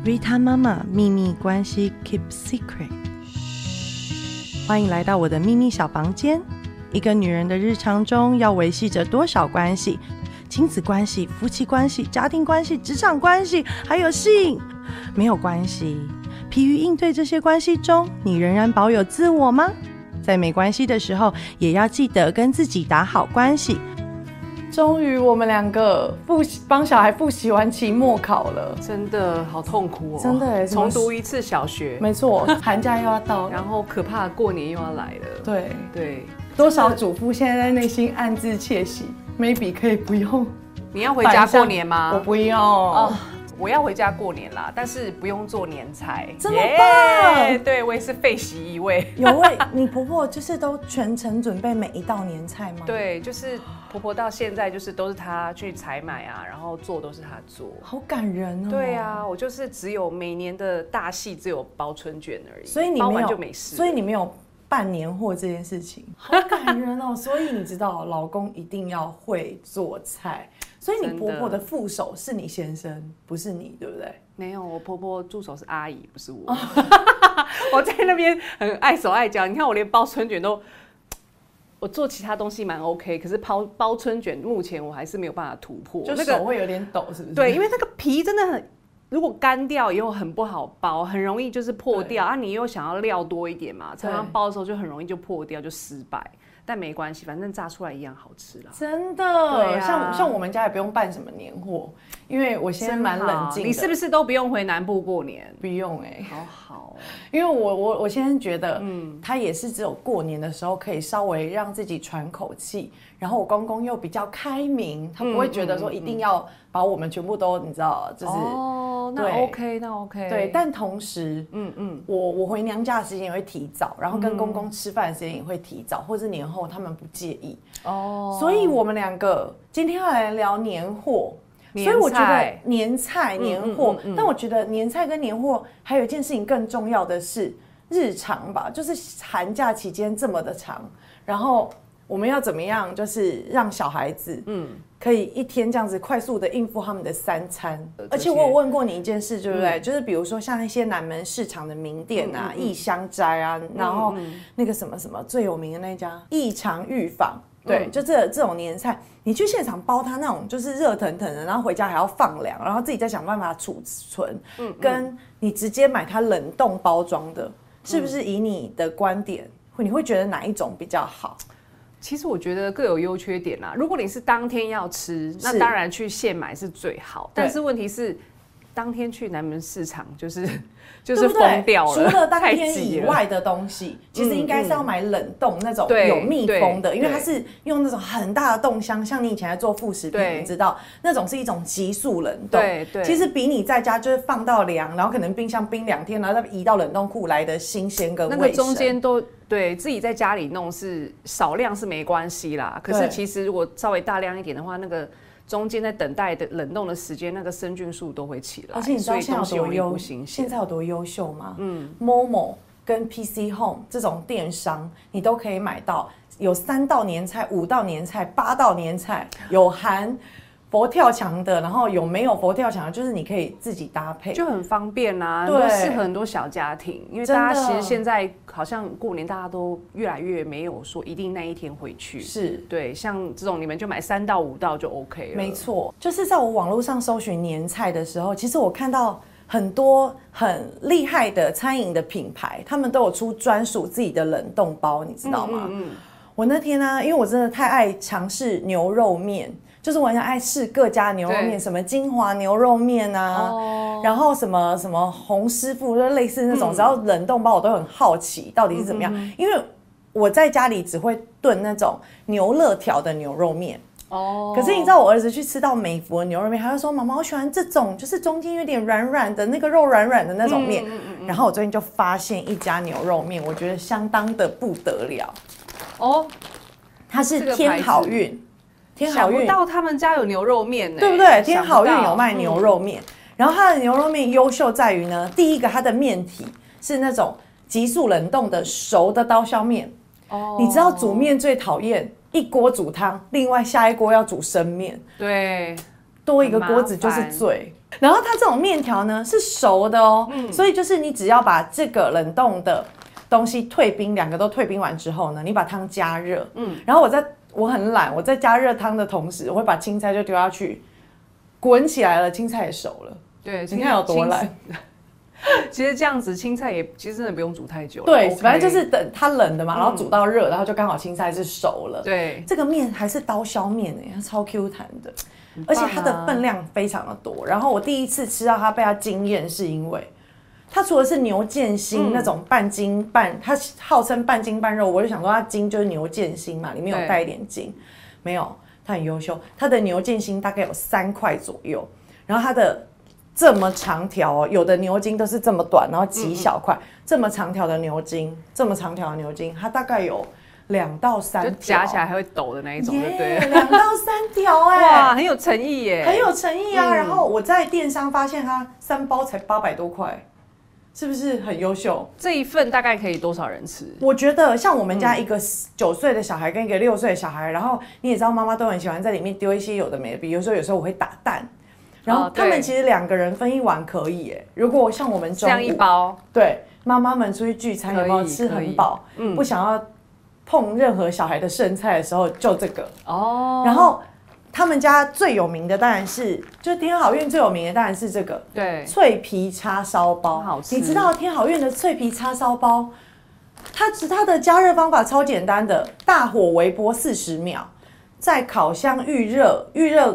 Rita 妈妈秘密关系 Keep Secret。欢迎来到我的秘密小房间。一个女人的日常中要维系着多少关系？亲子关系、夫妻关系、家庭关系、职场关系，还有性。没有关系。疲于应对这些关系中，你仍然保有自我吗？在没关系的时候，也要记得跟自己打好关系。终于我们两个帮小孩复习完期末考了， 真的好痛苦哦！ 真的耶， 重读一次小学， 没错，寒假又要到了， 然后可怕的过年又要来了。 对，多少主妇现在在内心暗自窃喜 ，maybe 可以不用。 你要回家过年吗？ 我不用。 我要回家过年啦，但是不用做年菜， 这么棒！ 对，我也是废席一位。 有位你婆婆就是都全程准备每一道年菜吗？ 对，就是婆婆到现在就是都是她去采买啊，然后做都是她做， 好感人哦。 对啊，我就是只有每年的大戏只有包春卷而已， 所以你包完就没事。 所以你没有办年货这件事情，好感人哦。所以你知道，老公一定要会做菜。所以你婆婆的副手是你先生，不是你，对不对？ 没有，我婆婆助手是阿姨，不是我。我在那边很碍手碍脚，你看我连包春卷都，我做其他东西蛮 OK， 可是包春卷目前我还是没有办法突破， 就手会有点抖，是不是？ 对，因为那个皮真的很，如果干掉以后很不好包，很容易就是破掉啊。你又想要料多一点嘛，常常包的时候就很容易就破掉，就失败。但没关系，反正炸出来一样好吃啦。 真的，像我们家也不用办什么年货，因为我现在蛮冷静的。 你是不是都不用回南部过年？ 不用好， 因为我现在觉得，他也是只有过年的时候可以稍微让自己喘口气。然后我公公又比较开明，他不会觉得说一定要把我们全部都你知道，就是那 OK， 那 OK。 对，但同时，我回娘家的时间也会提早，然后跟公公吃饭的时间也会提早，或是年后他们不介意。所以我们两个今天要来聊年货。所以我觉得年菜、年货，但我觉得年菜跟年货还有一件事情更重要的是日常吧，就是寒假期间这么的长，然后我们要怎么样，就是让小孩子，可以一天这样子快速的应付他们的3餐。而且我有问过你一件事，对不对？就是比如说像一些南门市场的名店啊，益香斋啊，然后那个什么什么最有名的那家益常御坊。对，就这种年菜，你去现场包它那种就是热腾腾的，然后回家还要放凉，然后自己再想办法储存，跟你直接买它冷冻包装的，是不是以你的观点，你会觉得哪一种比较好？ 其实我觉得各有优缺点啦。如果你是当天要吃，那当然去现买是最好。但是问题是，当天去南门市场就是疯掉了。 除了当天以外的东西，其实应该是要买冷冻那种有密封的，因为它是用那种很大的冻箱，像你以前在做副食品，你知道那种是一种急速冷冻。对，其实比你在家就是放到凉，然后可能冰箱冰2天，然后再移到冷冻库来的新鲜跟卫生。 那个中间都。对自己在家里弄是少量是没关系啦，可是其实如果稍微大量一点的话，那个中间在等待的冷冻的时间，那个生菌数都会起来。 而且你知道现在有多优秀吗？Momo 跟 PC Home 这种电商，你都可以买到有3道年菜、5道年菜、8道年菜，有含佛跳墙的，然后有没有佛跳墙的，就是你可以自己搭配， 就很方便啊，对，适合很多小家庭。因为大家其实现在好像过年，大家都越来越没有说一定那一天回去， 是对，像这种你们就买3到5道就 OK 了。 没错，就是在我网络上搜寻年菜的时候，其实我看到很多很厉害的餐饮的品牌，他们都有出专属自己的冷冻包，你知道吗？我那天呢，因为我真的太爱尝试牛肉面。就是我很爱试各家牛肉面，什么金华牛肉面啊，然后什么洪师傅，就类似那种，只要冷冻包我都很好奇到底是怎么样。因为我在家里只会炖那种牛肋条的牛肉面，可是你知道我儿子去吃到美福的牛肉面，他就说妈妈我喜欢这种，就是中间有点软软的那个肉软软的那种面。然后我最近就发现一家牛肉面，我觉得相当的不得了它是天好运。 想不到他们家有牛肉面对不对？天好运有卖牛肉面，然后它的牛肉面优秀在于呢，第一个它的面体是那种急速冷冻的熟的刀削面。你知道煮面最讨厌一锅煮汤，另外下一锅要煮生面。 对， 多一个锅子就是罪。然后它这种面条呢是熟的哦，所以就是你只要把这个冷冻的东西退冰，两个都退冰完之后呢，你把汤加热，然后我很懒，我在加热汤的同时，我会把青菜就丢下去，滚起来了，青菜也熟了。 对， 你看有多懒。 其实这样子青菜也其实真的不用煮太久。 对，反正就是等它冷的嘛，然后煮到热，然后就刚好青菜是熟了。 对， 这个面还是刀削面哎，它超 Q 弹的。而且它的分量非常的多，然后我第一次吃到它被它惊艳，是因为它除了是牛腱心那种半筋半，它号称半筋半肉，我就想说它筋就是牛腱心嘛，里面有带一点筋，没有，它很优秀，它的牛腱心大概有3块左右，然后它的这么长条哦，有的牛筋都是这么短，然后极小块，这么长条的牛筋，它大概有2到3条， 就夹起来还会抖的那一种，对不对 ？2到3条哎， 哇，很有诚意耶， 很有诚意啊。然后我在电商发现它3包才800多块，是不是很优秀？ 这一份大概可以多少人吃？ 我觉得像我们家一个9岁的小孩跟一个6岁的小孩，然后你也知道妈妈都很喜欢在里面丢一些有的没的，比如说有时候我会打蛋。然后他们其实2个人分1碗可以耶。如果像我们中午这样1包， 对，妈妈们出去聚餐有没有吃很饱，不想要碰任何小孩的剩菜的时候，就这个哦。然后他们家最有名的当然是，就是天好运最有名的当然是这个， 对， 脆皮叉烧包。 好吃。 你知道天好运的脆皮叉烧包，它的加热方法超简单的，大火微波40秒，在烤箱预热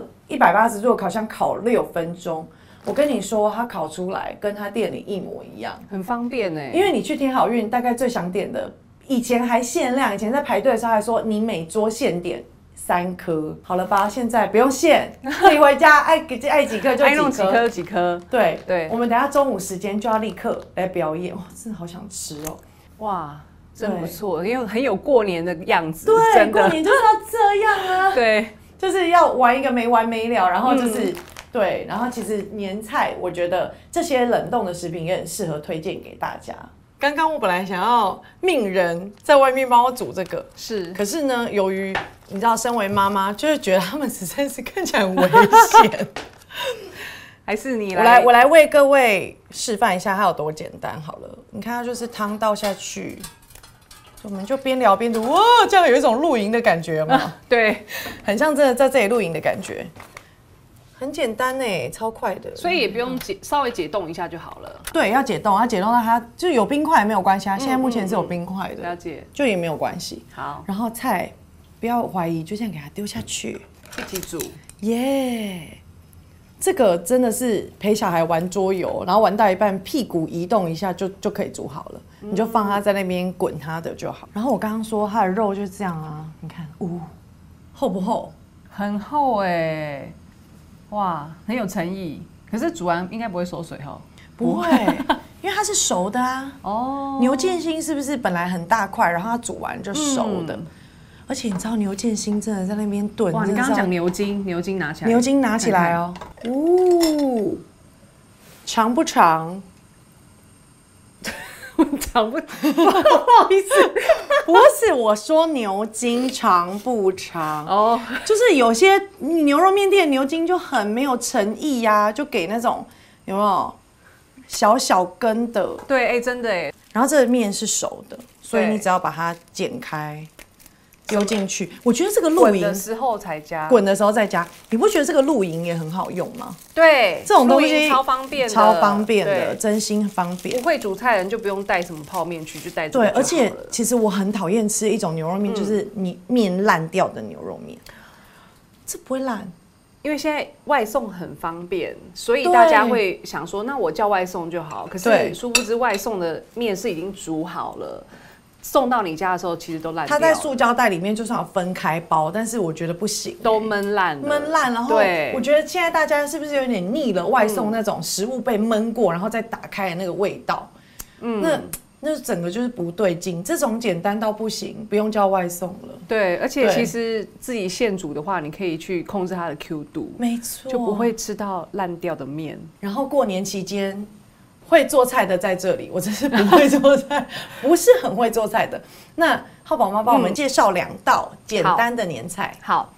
180度烤箱烤6分钟。我跟你说，它烤出来跟它店里一模一样， 很方便哎。 因为你去天好运，大概最想点的，以前还限量，以前在排队的时候还说你每桌限点3颗，好了吧？现在不用限，自己回家爱几颗就几颗， 几颗。 对对，我们等一下中午时间就要立刻来表演，哇，真的好想吃哦！ 哇，真不错，因为很有过年的样子。 对，过年就是要这样啊。 对， 就是要玩一个没完没了，然后就是。对，然后其实年菜，我觉得这些冷冻的食品也很适合推荐给大家。刚刚我本来想要命人在外面帮我煮这个，可是呢，由于你知道，身为妈妈，就是觉得他们实在是看起来很危险。 还是你来， 我来为各位示范一下它有多简单好了。你看，它就是汤倒下去，我们就边聊边煮，哇，这样有一种露营的感觉嘛？ 对， 很像真的在这里露营的感觉。很简单哎，超快的， 所以也不用稍微解冻一下就好了。 对，要解冻，到它就有冰块也没有关系啊。现在目前是有冰块的， 了解， 就也没有关系。 好， 然后菜不要怀疑，就这样给它丢下去， 一起煮。 耶，这个真的是陪小孩玩桌游，然后玩到一半屁股移动一下就可以煮好了，你就放它在那边滚它的就好。然后我刚刚说它的肉就是这样啊，你看，厚不厚？ 很厚哎。哇，很有诚意，可是煮完应该不会缩水哈？ 不会，因为它是熟的啊。哦，牛腱心是不是本来很大块，然后它煮完就熟的？而且你知道牛腱心真的在那边炖。 哇，你刚刚讲牛筋拿起来， 牛筋拿起来哦。长不长？ 长不好意思， 不是我说牛筋长不长哦，就是有些牛肉面店的牛筋就很没有诚意呀，就给那种有没有小小根的？ 对，哎，真的哎。 然后这个面是熟的，所以你只要把它剪开，丢进去。我觉得这个露营滚的时候才加， 滚的时候再加。你不觉得这个露营也很好用吗？ 对， 这种东西超方便的， 超方便的，真心方便。 不会煮菜的人就不用带什么泡面去，就带这个就好了。 对，而且其实我很讨厌吃一种牛肉面，就是你面烂掉的牛肉面，这不会烂。 因为现在外送很方便，所以大家会想说，那我叫外送就好。可是殊不知，外送的面是已经煮好了。送到你家的时候，其实都烂掉了。它在塑胶袋里面就算有分开包，但是我觉得不行， 都闷烂了。 闷烂，然后我觉得现在大家是不是有点腻了外送那种食物被焖过，然后再打开的那个味道？那整个就是不对劲。这种简单到不行，不用叫外送了。 对，而且其实自己现煮的话，你可以去控制它的 Q 度， 没错， 就不会吃到烂掉的面。 然后过年期间。会做菜的在这里，我真是不会做菜，不是很会做菜的。那浩宝妈帮我们介绍2道简单的年菜。 好，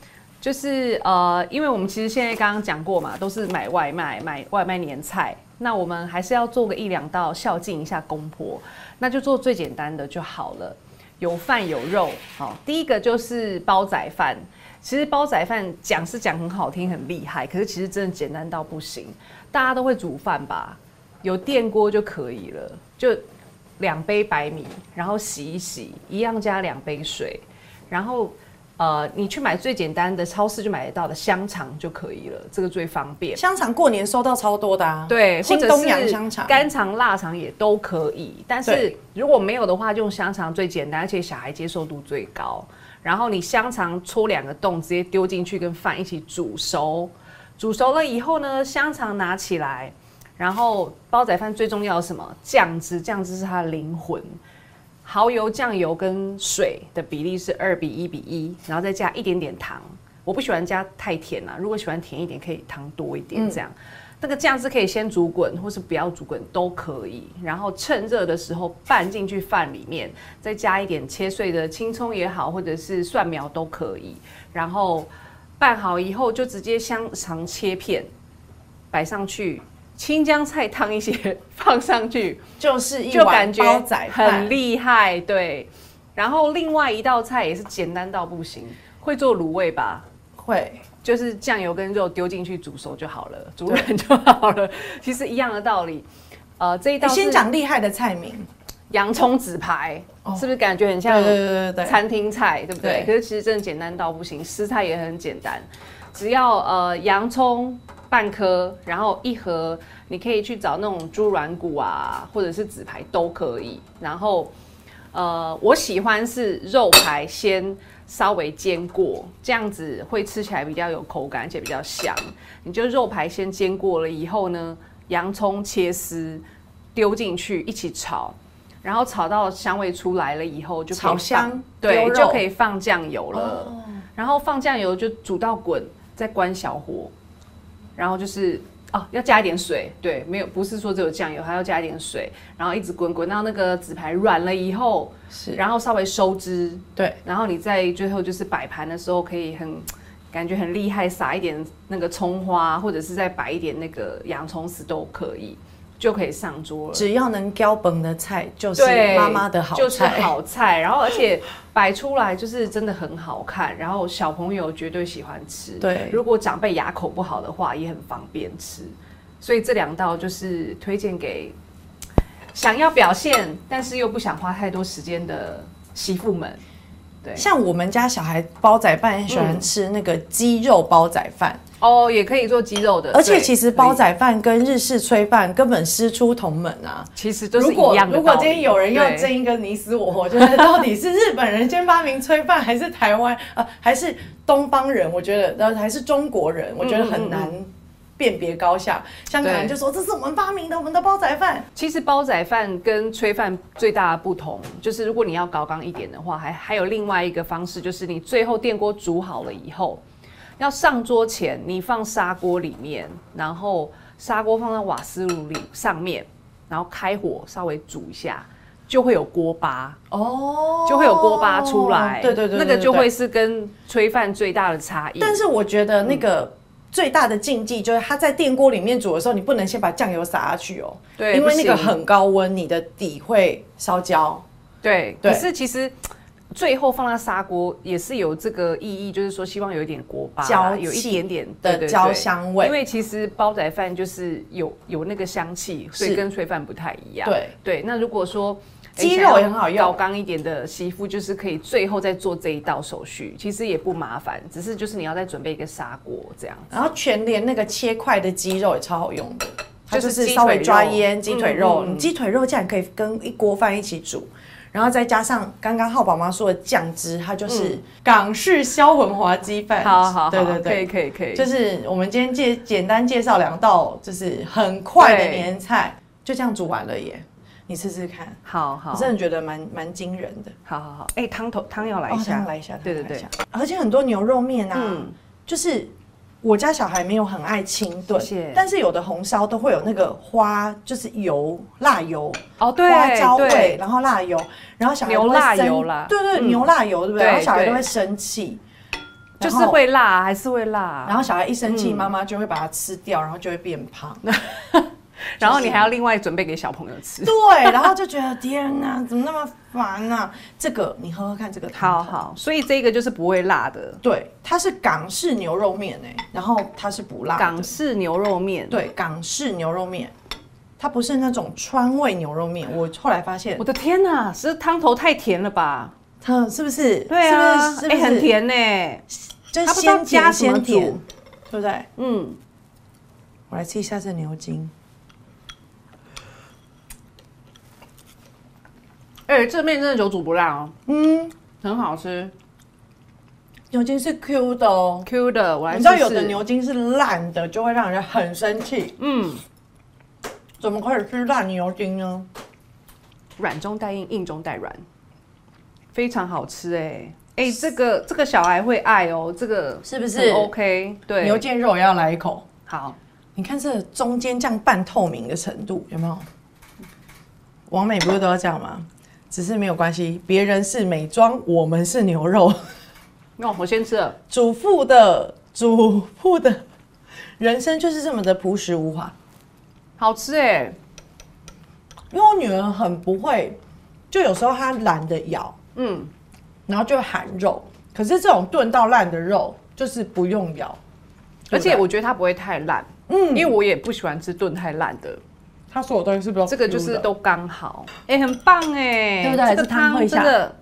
就是因为我们其实现在刚刚讲过嘛，都是买外卖年菜，那我们还是要做个1、2道孝敬一下公婆，那就做最简单的就好了，有饭有肉。好，第一个就是煲仔饭。其实煲仔饭讲是讲很好听很厉害，可是其实真的简单到不行。大家都会煮饭吧？有电锅就可以了，就2杯白米，然后洗一洗，一样加2杯水，然后你去买最简单的超市就买得到的香肠就可以了，这个最方便。 香肠过年收到超多的啊， 对， 新东阳香肠、 干肠、腊肠也都可以。但是如果没有的话，就用香肠最简单，而且小孩接受度最高。然后你香肠戳2个洞，直接丢进去跟饭一起煮熟。煮熟了以后呢，香肠拿起来，然后煲仔饭最重要的是什么？酱汁，酱汁是它的灵魂。蚝油、酱油跟水的比例是2:1:1，然后再加一点点糖。我不喜欢加太甜啦，如果喜欢甜一点，可以糖多一点这样。那个酱汁可以先煮滚，或是不要煮滚都可以。然后趁热的时候拌进去饭里面，再加一点切碎的青葱也好，或者是蒜苗都可以。然后拌好以后，就直接香肠切片摆上去。青江菜烫一些放上去， 就是一碗煲仔饭， 很厉害。对，然后另外一道菜也是简单到不行，会做卤味吧？ 会， 就是酱油跟肉丢进去煮熟就好了，煮软就好了。其实一样的道理。这一道先讲厉害的菜名， 洋葱紫排，是不是感觉很像餐厅菜，对不对？可是其实真的简单到不行，食材也很简单，只要洋葱半颗，然后1盒，你可以去找那种猪软骨啊，或者是紫排都可以。然后，我喜欢是肉排先稍微煎过，这样子会吃起来比较有口感，而且比较香。你就肉排先煎过了以后呢，洋葱切丝丢进去一起炒，然后炒到香味出来了以后就可以炒香， 对，就可以放酱油了。然后放酱油就煮到滚，再关小火。然后就是要加一点水，对，没有，不是说只有酱油，还要加一点水，然后一直滚到那个紫排软了以后，然后稍微收汁， 对， 然后你在最后就是摆盘的时候可以感觉很厉害，撒一点那个葱花，或者是再摆一点那个洋葱丝都可以。就可以上桌了。 只要能浇本的菜，就是妈妈的好菜， 就是好菜。然后而且摆出来就是真的很好看，然后小朋友绝对喜欢吃。 对， 如果长辈牙口不好的话，也很方便吃。所以这2道就是推荐给想要表现，但是又不想花太多时间的媳妇们。对， 像我们家小孩煲仔饭很喜欢吃那个鸡肉煲仔饭。 哦，也可以做鸡肉的， 而且其实煲仔饭跟日式炊饭根本师出同门啊， 其实都是一样的。 如果今天有人要争一个你死我活，就是到底是日本人先发明炊饭，还是台湾还是东方人？我觉得还是中国人，我觉得很难辨别高下。香港人就说这是我们发明的，我们的煲仔饭。 其实煲仔饭跟炊饭最大的不同，就是如果你要高纲一点的话，还有另外一个方式，就是你最后电锅煮好了以后。要上桌前，你放砂锅里面，然后砂锅放在瓦斯炉里上面，然后开火稍微煮一下，就会有锅巴哦，就会有锅巴出来。对，那个就会是跟炊饭最大的差异。 但是我觉得那个最大的禁忌就是它在电锅里面煮的时候，你不能先把酱油撒下去哦，对，因为那个很高温，你的底会烧焦。 对，可是其实。最后放在砂锅也是有这个意义，就是说希望有一点锅巴，有一点点的焦香味。 因为其实煲仔饭就是有那个香气，所以跟炊饭不太一样。对，那如果说鸡肉也很好用， 高纲一点的媳妇就是可以最后再做这一道手续，其实也不麻烦，只是就是你要再准备一个砂锅这样。 然后全连那个切块的鸡肉也超好用的，它就是稍微抓腌鸡腿肉，你鸡腿肉竟然可以跟一锅饭一起煮。然后再加上刚刚浩宝妈说的酱汁，它就是港式销魂滑鸡饭。 好， 对， 可以。 就是我们今天简单介绍2道，就是很快的年菜，就这样煮完了耶。你试试看。好，我真的觉得蛮惊人的。 好，汤要来一下， 来一下。 对。 而且很多牛肉面啊，就是我家小孩没有很爱清炖，但是有的红烧都会有那个花，就是辣油对， 花椒味，然后辣油，然后小孩都会牛辣油啦， 对，牛辣油对不对？然后小孩都会生气。 就是会辣，还是会辣。 然后小孩一生气，妈妈就会把它吃掉，然后就会变胖。 然后你还要另外准备给小朋友吃。 对，然后就觉得天哪，怎么那么烦啊？这个你喝喝看，这个汤。 好，所以这个就是不会辣的。 对，它是港式牛肉面然后它是不辣的。 港式牛肉面。 对，港式牛肉面，它不是那种川味牛肉面。我后来发现， 我的天哪，是汤头太甜了吧？ 它是不是？ 对啊， 是不是很甜呢。 就是先甜先甜，对不对？我来吃一下这牛筋。 这面真的久煮不烂哦。很好吃。 牛筋是 Q 的哦 ，Q 的。我来试试。 你知道有的牛筋是烂的，就会让人很生气。怎么可以吃烂牛筋呢？ 软中带硬，硬中带软，非常好吃这个小孩会爱哦，这个是不是 OK？ 对， 牛腱肉也要来一口。 好， 你看这中间这样半透明的程度有没有？网美不是都要这样吗？只是没有关系，别人是美妆，我们是牛肉。 我先吃了。 主妇的人生就是这么的朴实无华， 好吃因为我女儿很不会，就有时候她懒得咬，然后就含肉。可是这种炖到烂的肉，就是不用咬， 而且我觉得它不会太烂，因为我也不喜欢吃炖太烂的。 它所有东西是不是这个就是都刚好，很棒对不对？ 这个汤真的，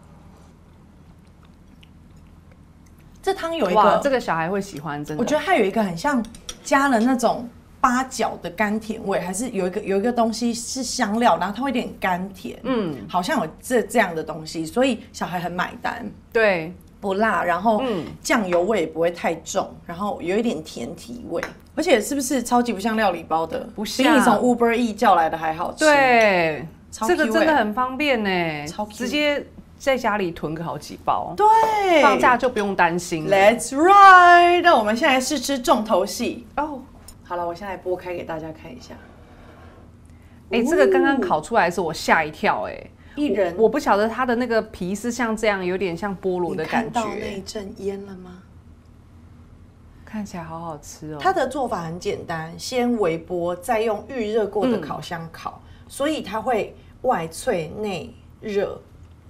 这汤有一个， 这个小孩会喜欢，真的。 我觉得它有一个很像加了那种八角的甘甜味，还是有一个东西是香料，然后它会有点甘甜，好像有这样的东西，所以小孩很买单。 对， 不辣，然后酱油味也不会太重，然后有一点甜提味，而且是不是超级不像料理包的？ 不像， 比你从 Uber E 叫来的还好吃。 对，这个真的很方便直接在家里囤个好几包， 对， 放假就不用担心了。 Let's ride！ 那我们现在试吃重头戏哦。好了，我现在剥开给大家看一下。 这个刚刚烤出来的时候，我吓一跳我不晓得它的那个皮是像这样，有点像菠萝的感觉。 你看到那一阵烟了吗？ 看起来好好吃哦。 它的做法很简单，先微波，再用预热过的烤箱烤，所以它会外脆内热。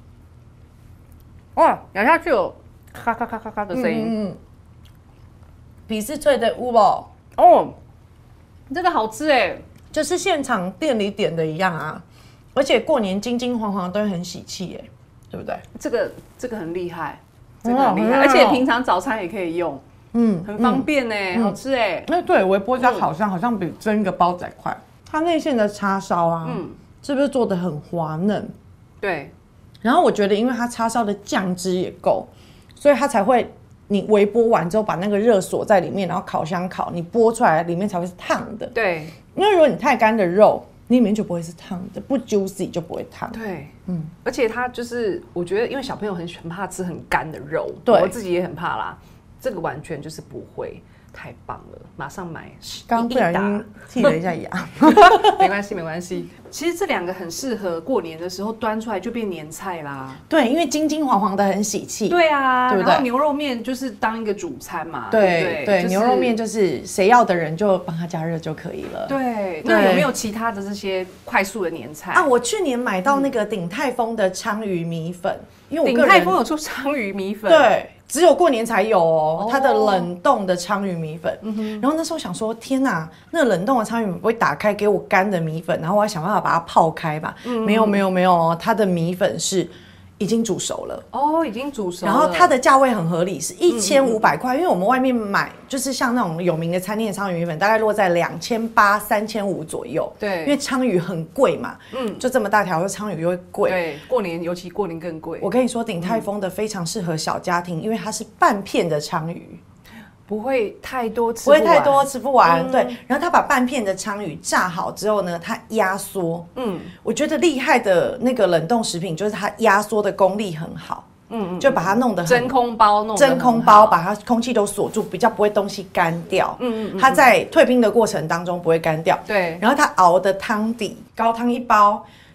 哇，咬下去有咔咔咔咔咔的声音。 皮是脆的，有不？ 哦，这个好吃就是现场店里点的一样啊。而且过年金金黄黄都会很喜气对不对？ 这个很厉害，这个很厉害，而且平常早餐也可以用，很方便好吃对，微波加烤箱好像比蒸一个煲仔快。它内馅的叉烧啊，是不是做的很滑嫩？ 对。 然后我觉得，因为它叉烧的酱汁也够，所以它才会，你微波完之后把那个热锁在里面，然后烤箱烤，你剥出来里面才会是烫的。 对， 因为如果你太干的肉，里面就不会是烫的，不 juicy 就不会烫。 对，而且它就是，我觉得因为小朋友很怕吃很干的肉， 对， 我自己也很怕啦，这个完全就是不会。太棒了，马上买！ 刚不小心剔了一下牙， 没关系，没关系。其实这两个很适合过年的时候端出来就变年菜啦。 对，因为金金黄黄的很喜气。 对啊， 对不对？ 然后牛肉面就是当一个主餐嘛。 对对，牛肉面就是谁要的人就帮他加热就可以了。 对，那有没有其他的这些快速的年菜啊？我去年买到那个鼎泰丰的鲳鱼米粉，因为鼎泰丰有出鲳鱼米粉。 对。只有过年才有哦，它的冷冻的鲳鱼米粉。然后那时候想说，天哪，那冷冻的鲳鱼米粉不会打开给我干的米粉，然后我要想办法把它泡开吧？没有，它的米粉是已经煮熟了哦，已经煮熟了。 然后它的价位很合理，是1500块，因为我们外面买就是像那种有名的餐厅的鲳鱼米粉，大概落在2800、3500左右。 对， 因为鲳鱼很贵嘛，就这么大条的鲳鱼又会贵。 对，过年尤其过年更贵。 我跟你说，鼎泰丰的非常适合小家庭，因为它是半片的鲳鱼。 不会太多吃不完，对。然后他把半片的鲳鱼炸好之后呢，它压缩。我觉得厉害的那个冷冻食品就是它压缩的功力很好。就把它弄得真空包弄真空包，把它空气都锁住，比较不会东西干掉。它在退冰的过程当中不会干掉。 对。 然后它熬的汤底，高汤一包，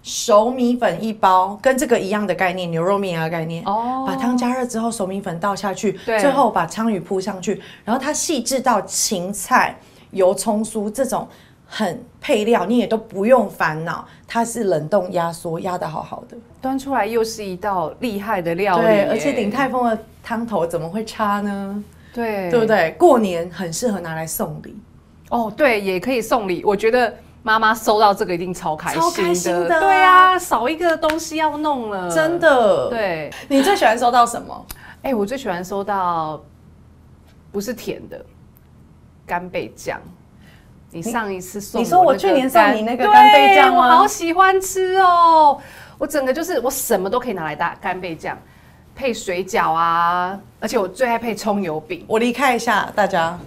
熟米粉1包，跟这个一样的概念，牛肉面的概念。把汤加热之后，熟米粉倒下去，最后把鲳鱼铺上去，然后它细致到芹菜、油葱酥这种很配料，你也都不用烦恼，它是冷冻压缩压得好好的， 端出来又是一道厉害的料理。 对，而且鼎泰丰的汤头怎么会差呢？ 对， 对不对？过年很适合拿来送礼。 对，也可以送礼。我觉得妈妈收到这个一定超开心的。 超开心的， 对啊，少一个东西要弄了， 真的。 对， 你最喜欢收到什么？ 我最喜欢收到不是甜的干贝酱。你上一次送我， 你说我去年送你那个干贝酱吗？ 我好喜欢吃哦！我整个就是我什么都可以拿来搭干贝酱，配水饺啊，而且我最爱配葱油饼。 我离开一下大家。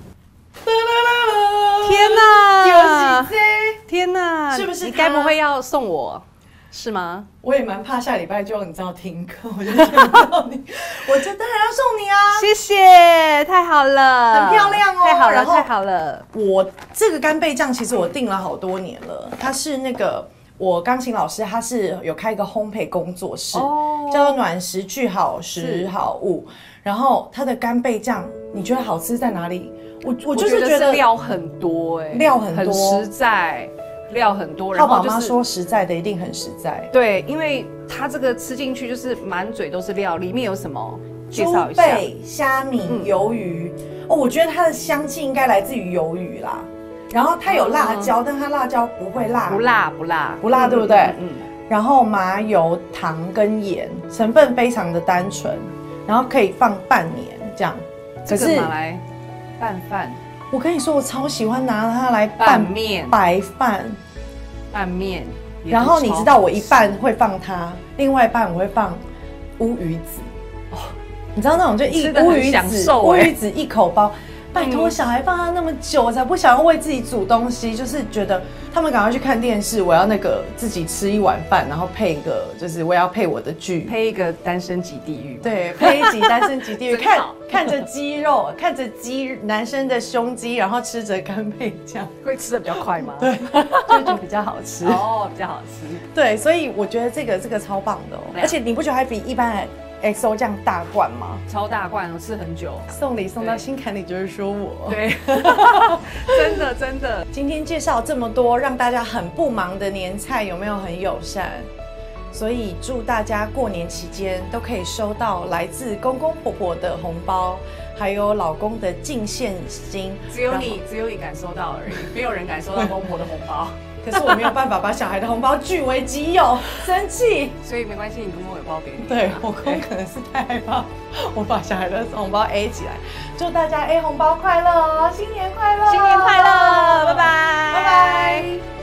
天哪！ 就是天哪！ 是不是？ 你该不会要送我？是吗？ 我也蛮怕下礼拜就要你知道听课，我就见不到你，我就当然要送你啊！ 谢谢，太好了， 很漂亮哦， 太好了，太好了。 我这个干贝酱其实我订了好多年了，它是那个我钢琴老师，他是有开一个烘焙工作室，叫做暖食聚好食好物。然后它的干贝酱，你觉得好吃在哪里？我就是觉得料很多，料很多，很实在。料很多，然后妈说实在的一定很实在。 对，因为它这个吃进去就是满嘴都是料，里面有什么？介绍一下。 猪背、虾米、鱿鱼。我觉得它的香气应该来自于鱿鱼啦。然后它有辣椒，但它辣椒不会辣， 不辣， 对不对？然后麻油、糖跟盐，成分非常的单纯，然后可以放半年这样。 这个拿来拌饭。 我跟你说，我超喜欢拿它来拌面、 白饭、 拌面。 然后你知道我一半会放它，另外一半我会放乌鱼子。你知道那种就乌鱼子一口包。拜托，小孩放它那么久，我才不想要为自己煮东西，就是觉得他们赶快去看电视，我要那个自己吃一碗饭，然后配一个，就是我要配我的剧， 配一个单身级地狱， 对，配一集单身级地狱，看着鸡肉，看着男生的胸肌，然后吃着干贝酱， 会吃的比较快吗？ 对，就觉得比较好吃比较好吃。 对，所以我觉得这个超棒的而且你不觉得还比一般的XO 酱大罐吗？ 超大罐，我吃很久。 送礼送到心坎里，就是说我对，真的。 今天介绍这么多，让大家很不忙的年菜，有没有很友善？所以祝大家过年期间都可以收到来自公公婆婆的红包，还有老公的敬献金。 只有你感受到而已，没有人感受到公婆的红包。 可是我没有办法把小孩的红包据为己有，生气。 所以没关系，你公公有包给你。 对，我公可能是太害怕我把小孩的红包 A 起来。祝大家红包快乐哦，新年快乐， 新年快乐，拜拜， 拜拜。